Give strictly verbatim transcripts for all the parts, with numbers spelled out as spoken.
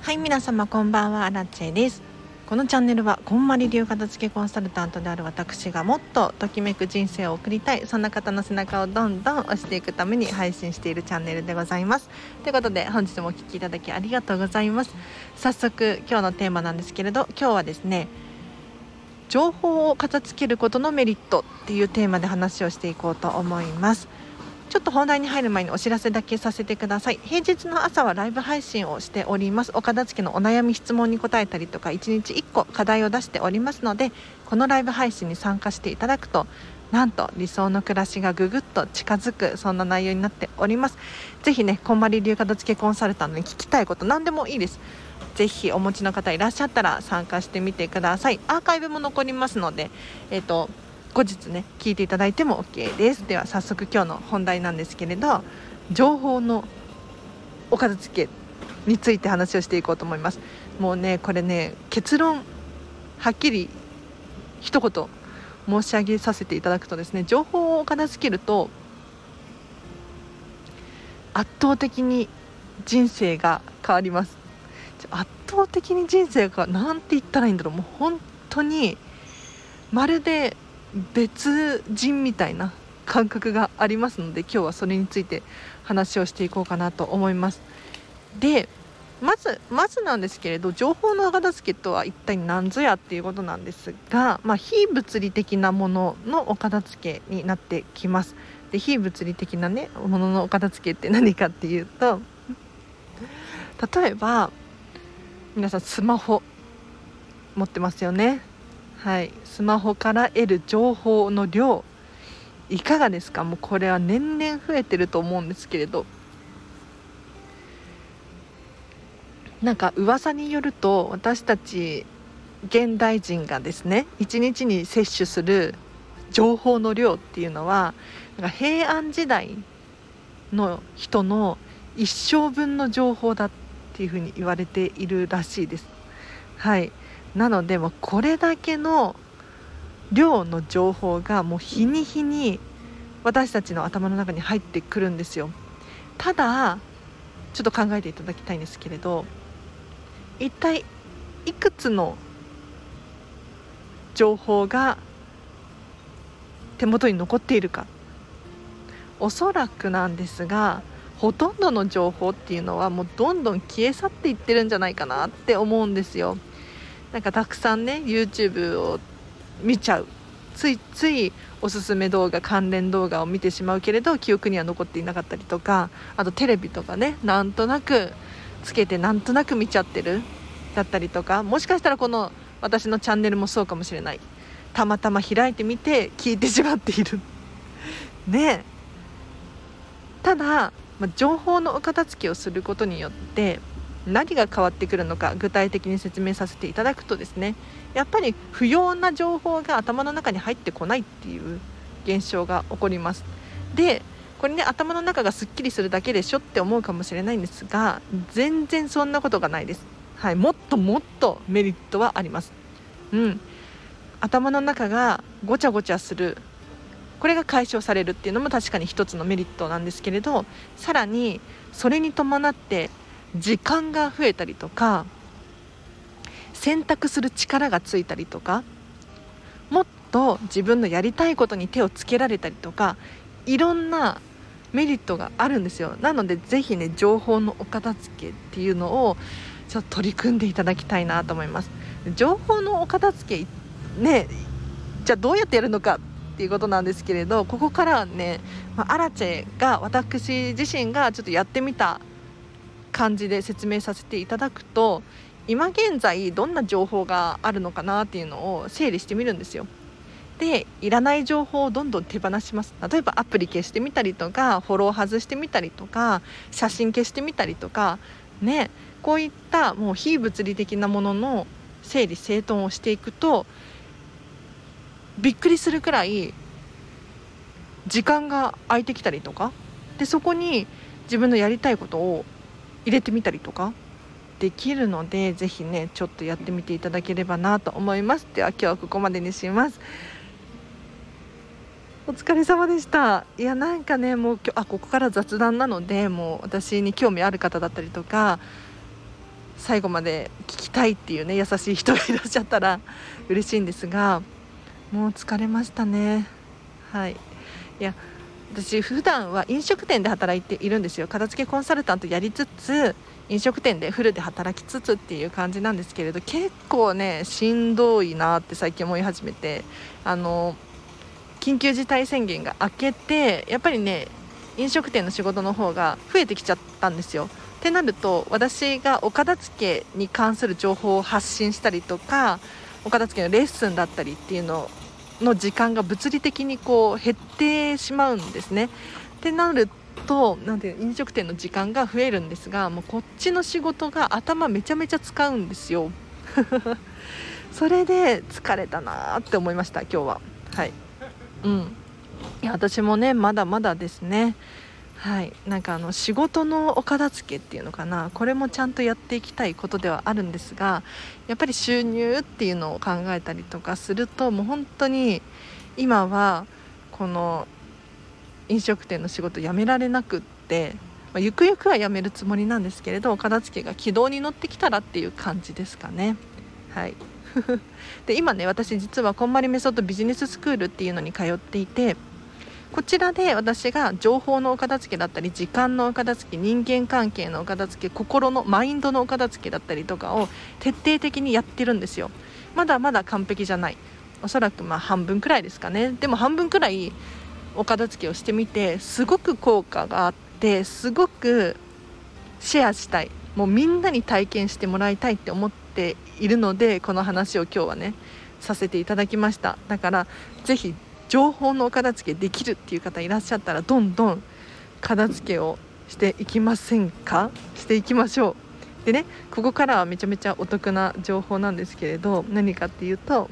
はい、皆様こんばんは、アラチェです。このチャンネルはこんまり流片付けコンサルタントである私がもっとときめく人生を送りたい、そんな方の背中をどんどん押していくために配信しているチャンネルでございます。ということで本日もお聞きいただきありがとうございます。早速今日のテーマなんですけれど、今日はですね、情報を片付けることのメリットっていうテーマで話をしていこうと思います。ちょっと本題に入る前にお知らせだけさせてください。平日の朝はライブ配信をしております。お片付けのお悩み質問に答えたりとか、いちにちいっこ課題を出しておりますので、このライブ配信に参加していただくと、なんと理想の暮らしがぐぐっと近づく、そんな内容になっております。ぜひね、こんまり流片付けコンサルタントに聞きたいこと何でもいいです。ぜひお持ちの方いらっしゃったら参加してみてください。アーカイブも残りますので、えっと後日ね聞いていただいても OK です。では早速今日の本題なんですけれど、情報のお片付けについて話をしていこうと思います。もうねこれね結論はっきり一言申し上げさせていただくとですね、情報をお片付けると圧倒的に人生が変わります。圧倒的に人生がなんて言ったらいいんだろう、もう本当にまるで別人みたいな感覚がありますので、今日はそれについて話をしていこうかなと思います。でまずまずなんですけれど、情報のお片付けとは一体何ぞやっていうことなんですが、まあ、非物理的なもののお片付けになってきます。で非物理的な、ね、もののお片付けって何かっていうと、例えば皆さんスマホ持ってますよね。はい、スマホから得る情報の量いかがですか。もうこれは年々増えてると思うんですけれど、なんか噂によると、私たち現代人がですねいちにちに摂取する情報の量っていうのは、なんか平安時代の人の一生分の情報だっていうふうに言われているらしいです。はい、なのでもうこれだけの量の情報がもう日に日に私たちの頭の中に入ってくるんですよ。ただちょっと考えていただきたいんですけれど、一体いくつの情報が手元に残っているか。おそらくなんですが、ほとんどの情報っていうのはもうどんどん消え去っていってるんじゃないかなって思うんですよ。なんかたくさんね YouTube を見ちゃう、ついついおすすめ動画関連動画を見てしまうけれど記憶には残っていなかったりとか、あとテレビとかねなんとなくつけてなんとなく見ちゃってるだったりとか、もしかしたらこの私のチャンネルもそうかもしれない。たまたま開いてみて聞いてしまっているね。ただ、まあ、情報のお片付けをすることによって何が変わってくるのか具体的に説明させていただくとですね、やっぱり不要な情報が頭の中に入ってこないっていう現象が起こります。でこれね、頭の中がすっきりするだけでしょって思うかもしれないんですが、全然そんなことがないです。はい、もっともっとメリットはあります。うん、頭の中がごちゃごちゃする、これが解消されるっていうのも確かに一つのメリットなんですけれど、さらにそれに伴って時間が増えたりとか、選択する力がついたりとか、もっと自分のやりたいことに手をつけられたりとか、いろんなメリットがあるんですよ。なのでぜひね、情報のお片付けっていうのをちょっと取り組んでいただきたいなと思います。情報のお片付けね、じゃあどうやってやるのかっていうことなんですけれど、ここからはね、まあ、アラチェが私自身がちょっとやってみた感じで説明させていただくと、今現在どんな情報があるのかなっていうのを整理してみるんですよ。でいらない情報をどんどん手放します。例えばアプリ消してみたりとか、フォロー外してみたりとか、写真消してみたりとかね、こういったもう非物理的なものの整理整頓をしていくと、びっくりするくらい時間が空いてきたりとかで、そこに自分のやりたいことを入れてみたりとかできるので、ぜひねちょっとやってみていただければなと思います。では今日はここまでにします。お疲れ様でした。いやなんかね、もう今日あここから雑談なので、もう私に興味ある方だったりとか最後まで聞きたいっていうね優しい人がいらっしゃったら嬉しいんですが、もう疲れましたね。はい、いや私普段は飲食店で働いているんですよ。片付けコンサルタントやりつつ飲食店でフルで働きつつっていう感じなんですけれど、結構ねしんどいなって最近思い始めて、あの緊急事態宣言が明けてやっぱりね飲食店の仕事の方が増えてきちゃったんですよ。ってなると私がお片付けに関する情報を発信したりとかお片付けのレッスンだったりっていうのの時間が物理的にこう減ってしまうんですね。ってなるとなんて飲食店の時間が増えるんですが、もうこっちの仕事が頭めちゃめちゃ使うんですよそれで疲れたなって思いました今日は。はい、うん、いや私もねまだまだですね。はい、なんかあの仕事のお片付けっていうのかな、これもちゃんとやっていきたいことではあるんですが、やっぱり収入っていうのを考えたりとかすると、もう本当に今はこの飲食店の仕事辞められなくって、まあ、ゆくゆくは辞めるつもりなんですけれど、お片付けが軌道に乗ってきたらっていう感じですかね。はいで今ね私実はこんまりメソッドビジネススクールっていうのに通っていて、こちらで私が情報のお片付けだったり時間のお片付け、人間関係のお片付け、心のマインドのお片付けだったりとかを徹底的にやってるんですよ。まだまだ完璧じゃない、おそらくまあ半分くらいですかね。でも半分くらいお片付けをしてみてすごく効果があって、すごくシェアしたい、もうみんなに体験してもらいたいって思っているので、この話を今日はねさせていただきました。だからぜひ情報のお片付けできるっていう方いらっしゃったら、どんどん片付けをしていきませんか。していきましょう。でね、ここからはめちゃめちゃお得な情報なんですけれど、何かっていうと、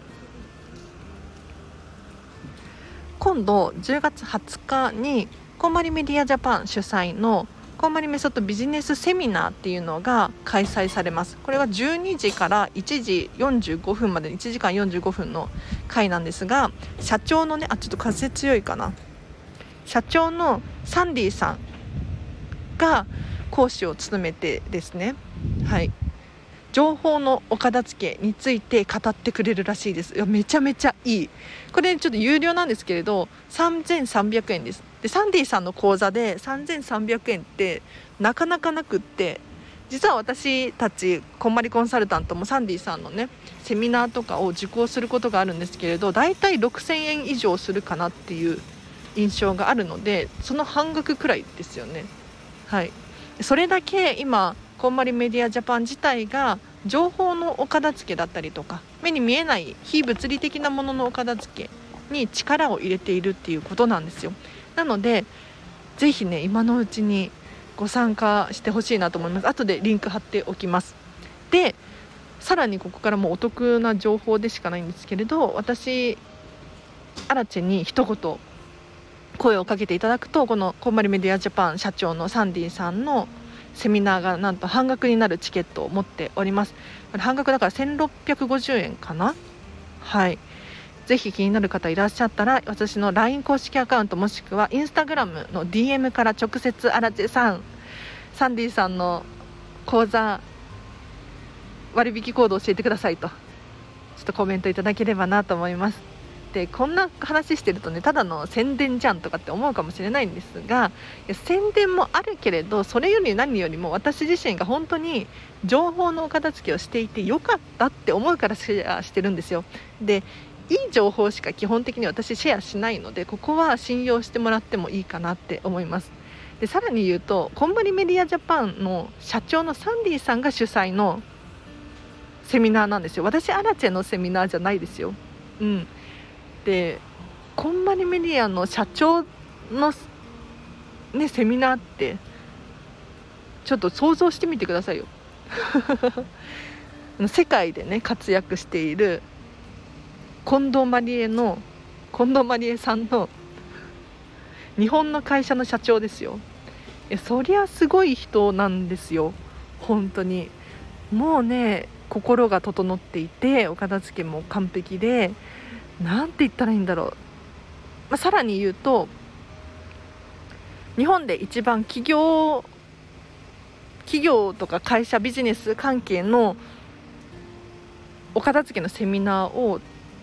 今度じゅうがつはつかにこんまりメディアジャパン主催のこんまりメソッドビジネスセミナーっていうのが開催されます。これはじゅうにじからいちじよんじゅうごふんまでいちじかんよんじゅうごふんの回なんですが、社長のねあちょっと風強いかな、社長のサンディさんが講師を務めてですね、はい、情報のお片付けについて語ってくれるらしいです。いやめちゃめちゃいい。これちょっと有料なんですけれどさんぜんさんびゃくえんです。でサンディさんの講座でさんぜんさんびゃくえんってなかなかなくって、実は私たちこんまりコンサルタントもサンディさんのねセミナーとかを受講することがあるんですけれど、だいたいろくせんえん以上するかなっていう印象があるので、その半額くらいですよね。はい、それだけ今こんまりメディアジャパン自体が情報のお片付けだったりとか、目に見えない非物理的なもののお片付けに力を入れているっていうことなんですよ。なのでぜひね今のうちにご参加してほしいなと思います。後でリンク貼っておきます。でさらにここからもお得な情報でしかないんですけれど、私アラチェに一言声をかけていただくと、このこんまりメディアジャパン社長のサンディさんのセミナーがなんと半額になるチケットを持っております。半額だからせんろっぴゃくごじゅうえんかな。はい、ぜひ気になる方いらっしゃったら、私の ライン 公式アカウントもしくはインスタグラムの ディーエム から直接アラチェさん、サンディさんの講座割引コードを教えてくださいとちょっとコメントいただければなと思います。でこんな話してるとねただの宣伝じゃんとかって思うかもしれないんですが、いや宣伝もあるけれど、それより何よりも私自身が本当に情報のお片付けをしていてよかったって思うからシェアしてるんですよ。でいい情報しか基本的に私シェアしないので、ここは信用してもらってもいいかなって思います。でさらに言うと、こんまりメディアジャパンの社長のサンディさんが主催のセミナーなんですよ。私アラチェのセミナーじゃないですよ。うんでこんまりメディアの社長の、ね、セミナーってちょっと想像してみてくださいよ世界でね活躍している近藤マリエの近藤マリエさんの日本の会社の社長ですよ。いやそりゃすごい人なんですよ。本当にもうね心が整っていて、お片付けも完璧で、なんて言ったらいいんだろう、まあ、さらに言うと日本で一番企業企企業とか会社ビジネス関係のお片付けのセミナーを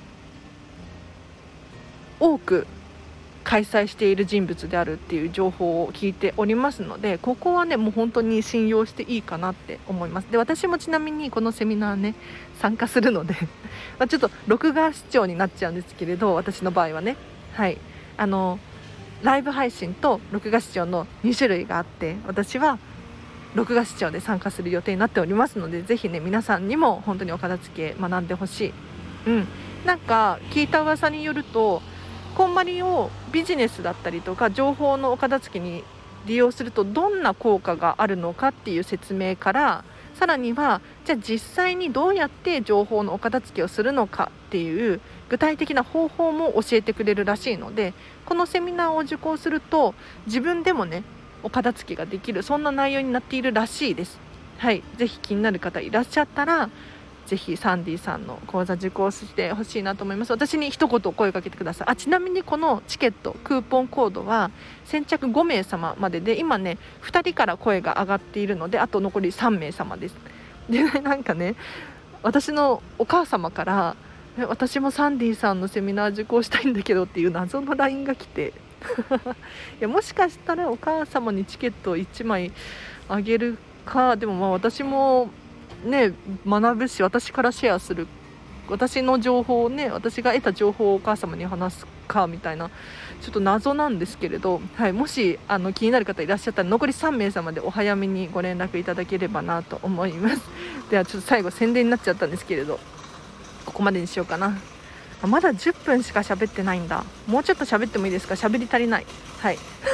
多く開催している人物であるっていう情報を聞いておりますので、ここはねもう本当に信用していいかなって思います。で私もちなみにこのセミナーね参加するのでまあちょっと録画視聴になっちゃうんですけれど、私の場合はね、はい、あのライブ配信と録画視聴のに種類があって、私は録画視聴で参加する予定になっておりますので、ぜひね皆さんにも本当にお片付け学んでほしい。うん、なんか聞いた噂によると、こんまりをビジネスだったりとか情報のお片付けに利用するとどんな効果があるのかっていう説明から、さらにはじゃあ実際にどうやって情報のお片付けをするのかっていう具体的な方法も教えてくれるらしいので、このセミナーを受講すると自分でもねお片付けができる、そんな内容になっているらしいです。はい、ぜひ気になる方いらっしゃったらぜひサンディさんの講座受講してほしいなと思います。私に一言声をかけてください。あ、ちなみにこのチケットクーポンコードは先着ごめい様までで、今ねふたりから声が上がっているので、あと残りさんめい様です。でなんかね、私のお母様から私もサンディさんのセミナー受講したいんだけどっていう謎の ライン が来ていやもしかしたらお母様にチケットをいちまいあげるか、でもまあ私もね学ぶし、私からシェアする、私の情報をね、私が得た情報をお母様に話すかみたいな、ちょっと謎なんですけれど、はい、もしあの気になる方いらっしゃったら残りさんめい様でお早めにご連絡いただければなと思います。ではちょっと最後宣伝になっちゃったんですけれど、ここまでにしようかな。あ、まだじゅっぷんしか喋ってないんだ。もうちょっと喋ってもいいですか？喋り足りない。はい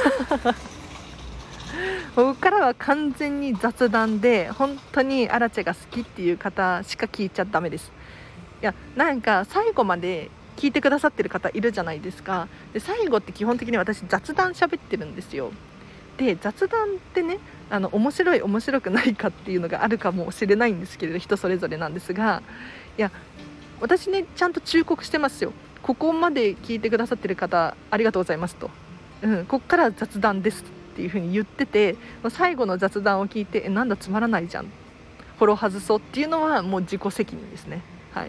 ここからは完全に雑談で、本当にアラチェが好きっていう方しか聞いちゃダメです。いやなんか最後まで聞いてくださってる方いるじゃないですか。で最後って基本的に私雑談喋ってるんですよ。で雑談ってね、あの面白い面白くないかっていうのがあるかもしれないんですけれど、人それぞれなんですが、いや私ねちゃんと忠告してますよ。ここまで聞いてくださってる方ありがとうございますと、うん、ここから雑談ですっていう風に言ってて、最後の雑談を聞いてえなんだつまらないじゃん、フォロー外そうっていうのはもう自己責任ですね。はい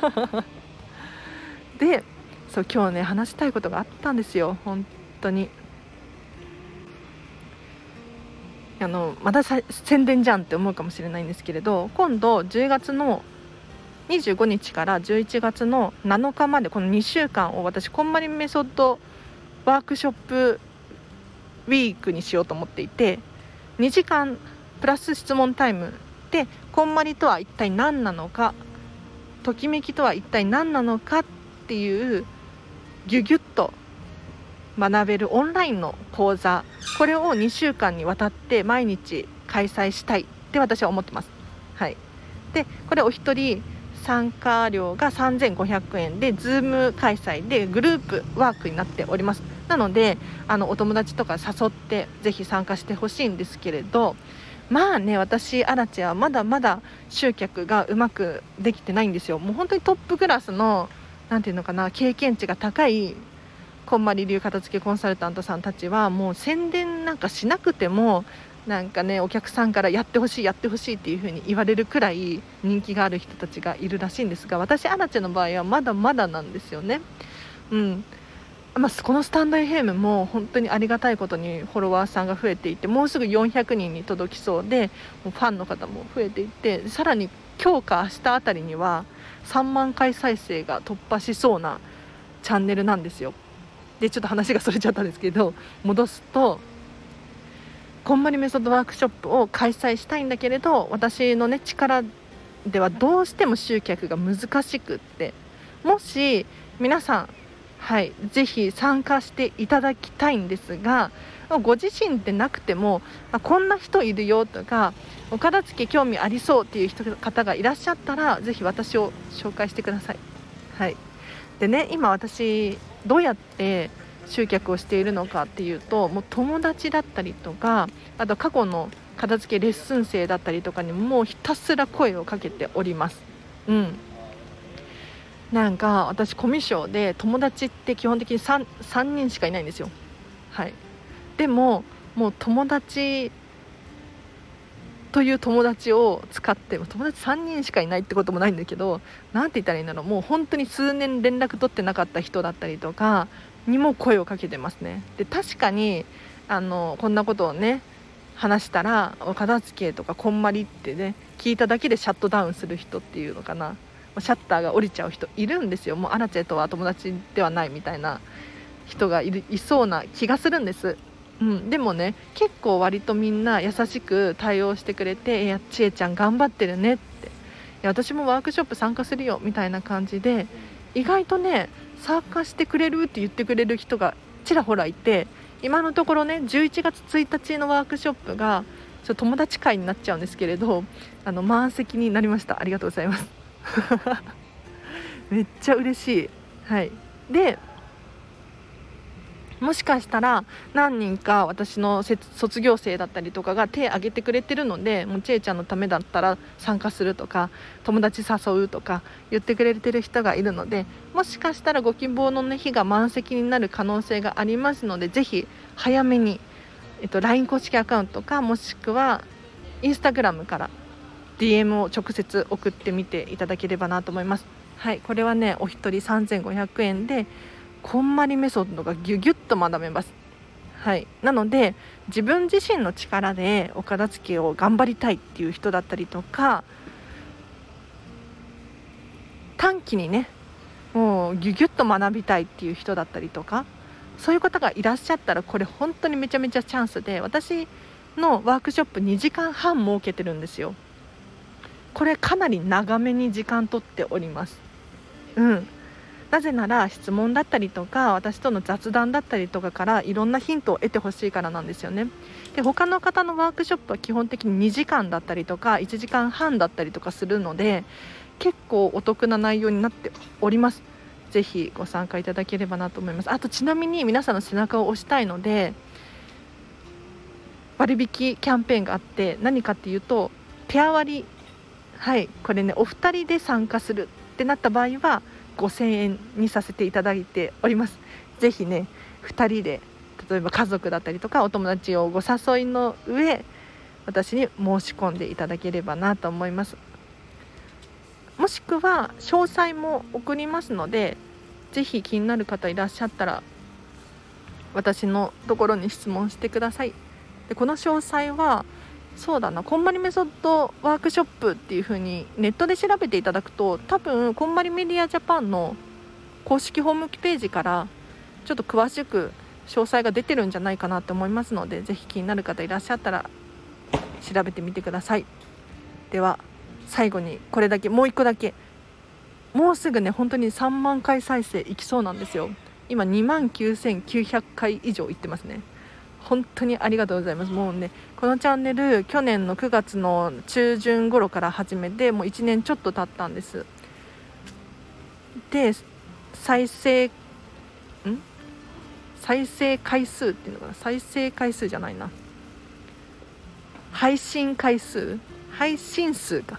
でそう今日ね話したいことがあったんですよ。本当にあのまださ宣伝じゃんって思うかもしれないんですけれど、今度じゅうがつのにじゅうごにちからじゅういちがつのなのかまでこのにしゅうかんを私こんまりメソッドワークショップウィークにしようと思っていて、にじかんプラス質問タイムでこんまりとは一体何なのか、ときめきとは一体何なのかっていうギュギュッと学べるオンラインの講座、これをにしゅうかんにわたって毎日開催したいって私は思ってます。はい、でこれお一人参加料がさんぜんごひゃくえんで Zoom 開催でグループワークになっております。なのであのお友達とか誘ってぜひ参加してほしいんですけれど、まあね私アラチェはまだまだ集客がうまくできてないんですよ。もう本当にトップクラスのなんていうのかな、経験値が高いこんまり流片付けコンサルタントさんたちはもう宣伝なんかしなくてもなんかねお客さんからやってほしいやってほしいっていう風に言われるくらい人気がある人たちがいるらしいんですが、私アラチェの場合はまだまだなんですよね。うんまあ、このスタンド エフエム も本当にありがたいことにフォロワーさんが増えていて、もうすぐよんひゃくにんに届きそうで、もうファンの方も増えていて、さらに今日か明日あたりにはさんまんかい再生が突破しそうなチャンネルなんですよ。でちょっと話がそれちゃったんですけど、戻すとこんまりメソッドワークショップを開催したいんだけれど、私のね力ではどうしても集客が難しくって、もし皆さんはい、ぜひ参加していただきたいんですが、ご自身でなくてもあこんな人いるよとかお片付け興味ありそうっていう人方がいらっしゃったらぜひ私を紹介してください。はい、でね今私どうやって集客をしているのかっていうと、もう友達だったりとかあと過去の片付けレッスン生だったりとかにももうひたすら声をかけております。うんなんか私コミュ障で友達って基本的に 3, さんにんしかいないんですよ。はい、でももう友達という友達を使って、友達さんにんしかいないってこともないんだけど、なんて言ったらいいんだろう、もう本当に数年連絡取ってなかった人だったりとかにも声をかけてますね。で確かにあのこんなことをね話したら、お片付けとかこんまりってね聞いただけでシャットダウンする人っていうのかな、シャッターが降りちゃう人いるんですよ。もうアラチェとは友達ではないみたいな人がいるいそうな気がするんです。うん、でもね結構割とみんな優しく対応してくれて、いやちえちゃん頑張ってるねって、いや私もワークショップ参加するよみたいな感じで、意外とね参加してくれるって言ってくれる人がちらほらいて、今のところねじゅういちがつついたちのワークショップがちょっと友達会になっちゃうんですけれど、あの満席になりました。ありがとうございますめっちゃ嬉しい。はい、でもしかしたら何人か私の卒業生だったりとかが手を挙げてくれてるので、もうちえちゃんのためだったら参加するとか友達誘うとか言ってくれてる人がいるので、もしかしたらご希望の、ね、日が満席になる可能性がありますので、ぜひ早めに、えっと、ライン 公式アカウントかもしくはインスタグラムから ディーエム を直接送ってみていただければなと思います。はい、これはねお一人さんぜんごひゃくえんでこんまりメソッドがギュギュッと学べます。はい、なので自分自身の力でお片付けを頑張りたいっていう人だったりとか、短期にねもうギュギュッと学びたいっていう人だったりとか、そういう方がいらっしゃったらこれ本当にめちゃめちゃチャンスで、私のワークショップにじかんはん設けてるんですよ。これかなり長めに時間取っております。うんなぜなら質問だったりとか私との雑談だったりとかからいろんなヒントを得てほしいからなんですよね。で他の方のワークショップは基本的ににじかんだったりとかいちじかんはんだったりとかするので、結構お得な内容になっております。ぜひご参加いただければなと思います。あとちなみに皆さんの背中を押したいので割引キャンペーンがあって、何かっていうとペア割り、はいこれねお二人で参加するってなった場合はごせんえんにさせていただいております。ぜひねふたりで、例えば家族だったりとかお友達をご誘いの上私に申し込んでいただければなと思います。もしくは詳細も送りますので、ぜひ気になる方いらっしゃったら私のところに質問してください。でこの詳細はそうだな、こんまりメソッドワークショップっていう風にネットで調べていただくと、多分こんまりメディアジャパンの公式ホームページからちょっと詳しく詳細が出てるんじゃないかなと思いますので、ぜひ気になる方いらっしゃったら調べてみてください。では最後にこれだけ、もう一個だけ、もうすぐね本当にさんまんかい再生いきそうなんですよ。今にまんきゅうせんきゅうひゃくかい以上いってますね。本当にありがとうございます。もうねこのチャンネル去年のくがつの中旬頃から始めてもういちねんちょっと経ったんです。で再生ん再生回数っていうのかな、再生回数じゃないな、配信回数配信数か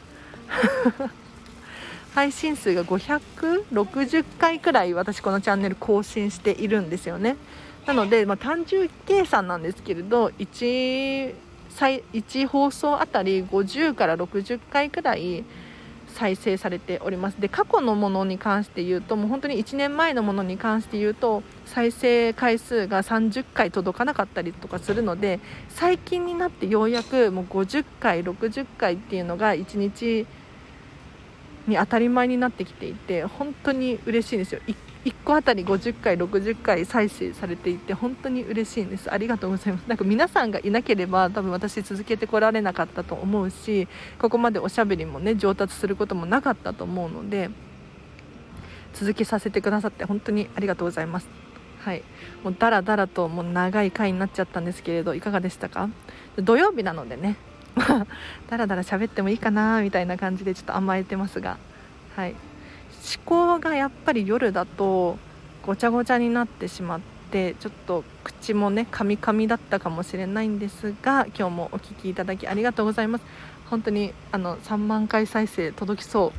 配信数がごひゃくろくじゅっかいくらい私このチャンネル更新しているんですよね。なので、まあ、単純計算なんですけれど 1, いち放送あたりごじゅうからろくじゅっかいくらい再生されております。で過去のものに関して言うともう本当にいちねんまえのものに関して言うと再生回数がさんじゅっかい届かなかったりとかするので、最近になってようやくもうごじゅっかいろくじゅっかいっていうのがいちにちに当たり前になってきていて、本当に嬉しいんですよ。いっこあたりごじゅっかいろくじゅっかい再生されていて本当に嬉しいんです。ありがとうございます。なんか皆さんがいなければ多分私続けてこられなかったと思うし、ここまでおしゃべりもね上達することもなかったと思うので、続けさせてくださって本当にありがとうございます。はい、もうだらだらともう長い回になっちゃったんですけれどいかがでしたか。土曜日なのでねだらだら喋ってもいいかなみたいな感じでちょっと甘えてますが、はい思考がやっぱり夜だとごちゃごちゃになってしまってちょっと口もねカミカミだったかもしれないんですが、今日もお聞きいただきありがとうございます。本当にあのさんまんかい再生届きそう、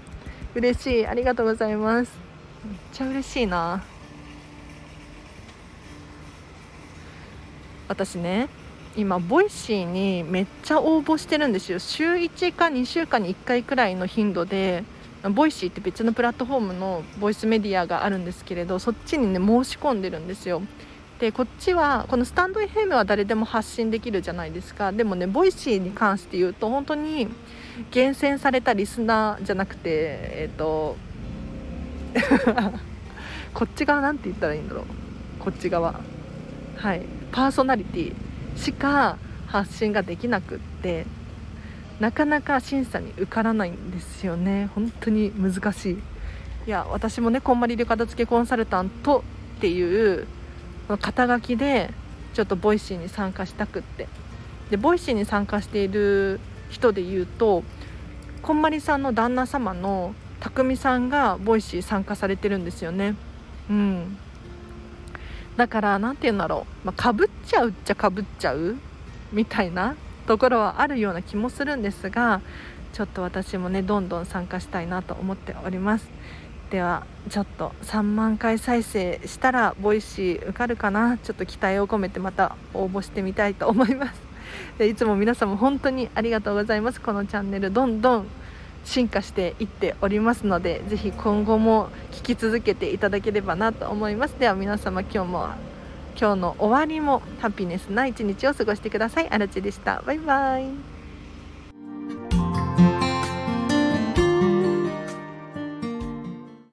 嬉しい、ありがとうございます。めっちゃ嬉しいな。私ね今ボイシーにめっちゃ応募してるんですよ。週いちかにしゅうかんにいっかいくらいの頻度で、ボイシーって別のプラットフォームのボイスメディアがあるんですけれど、そっちにね申し込んでるんですよ。でこっちはこのスタンド エフエム は誰でも発信できるじゃないですか。でもねボイシーに関して言うと本当に厳選されたリスナーじゃなくて、えっとこっち側なんて言ったらいいんだろう、こっち側、はい、パーソナリティしか発信ができなくって、なかなか審査に受からないんですよね。本当に難しい。いや私もねこんまり流片付けコンサルタントっていう肩書きでちょっとボイシーに参加したくって、でボイシーに参加している人で言うと、こんまりさんの旦那様のたくみさんがボイシー参加されてるんですよね。うんだからなんて言うんだろう、まあ、かぶっちゃうっちゃかぶっちゃうみたいなところはあるような気もするんですが、ちょっと私もねどんどん参加したいなと思っております。ではちょっとさんまんかい再生したらボイシー受かるかな、ちょっと期待を込めてまた応募してみたいと思います。でいつも皆様本当にありがとうございます。このチャンネルどんどん進化していっておりますので、ぜひ今後も聞き続けていただければなと思います。では皆様今日も今日の終わりもハピネスな一日を過ごしてください。あらちでした。バイバイ。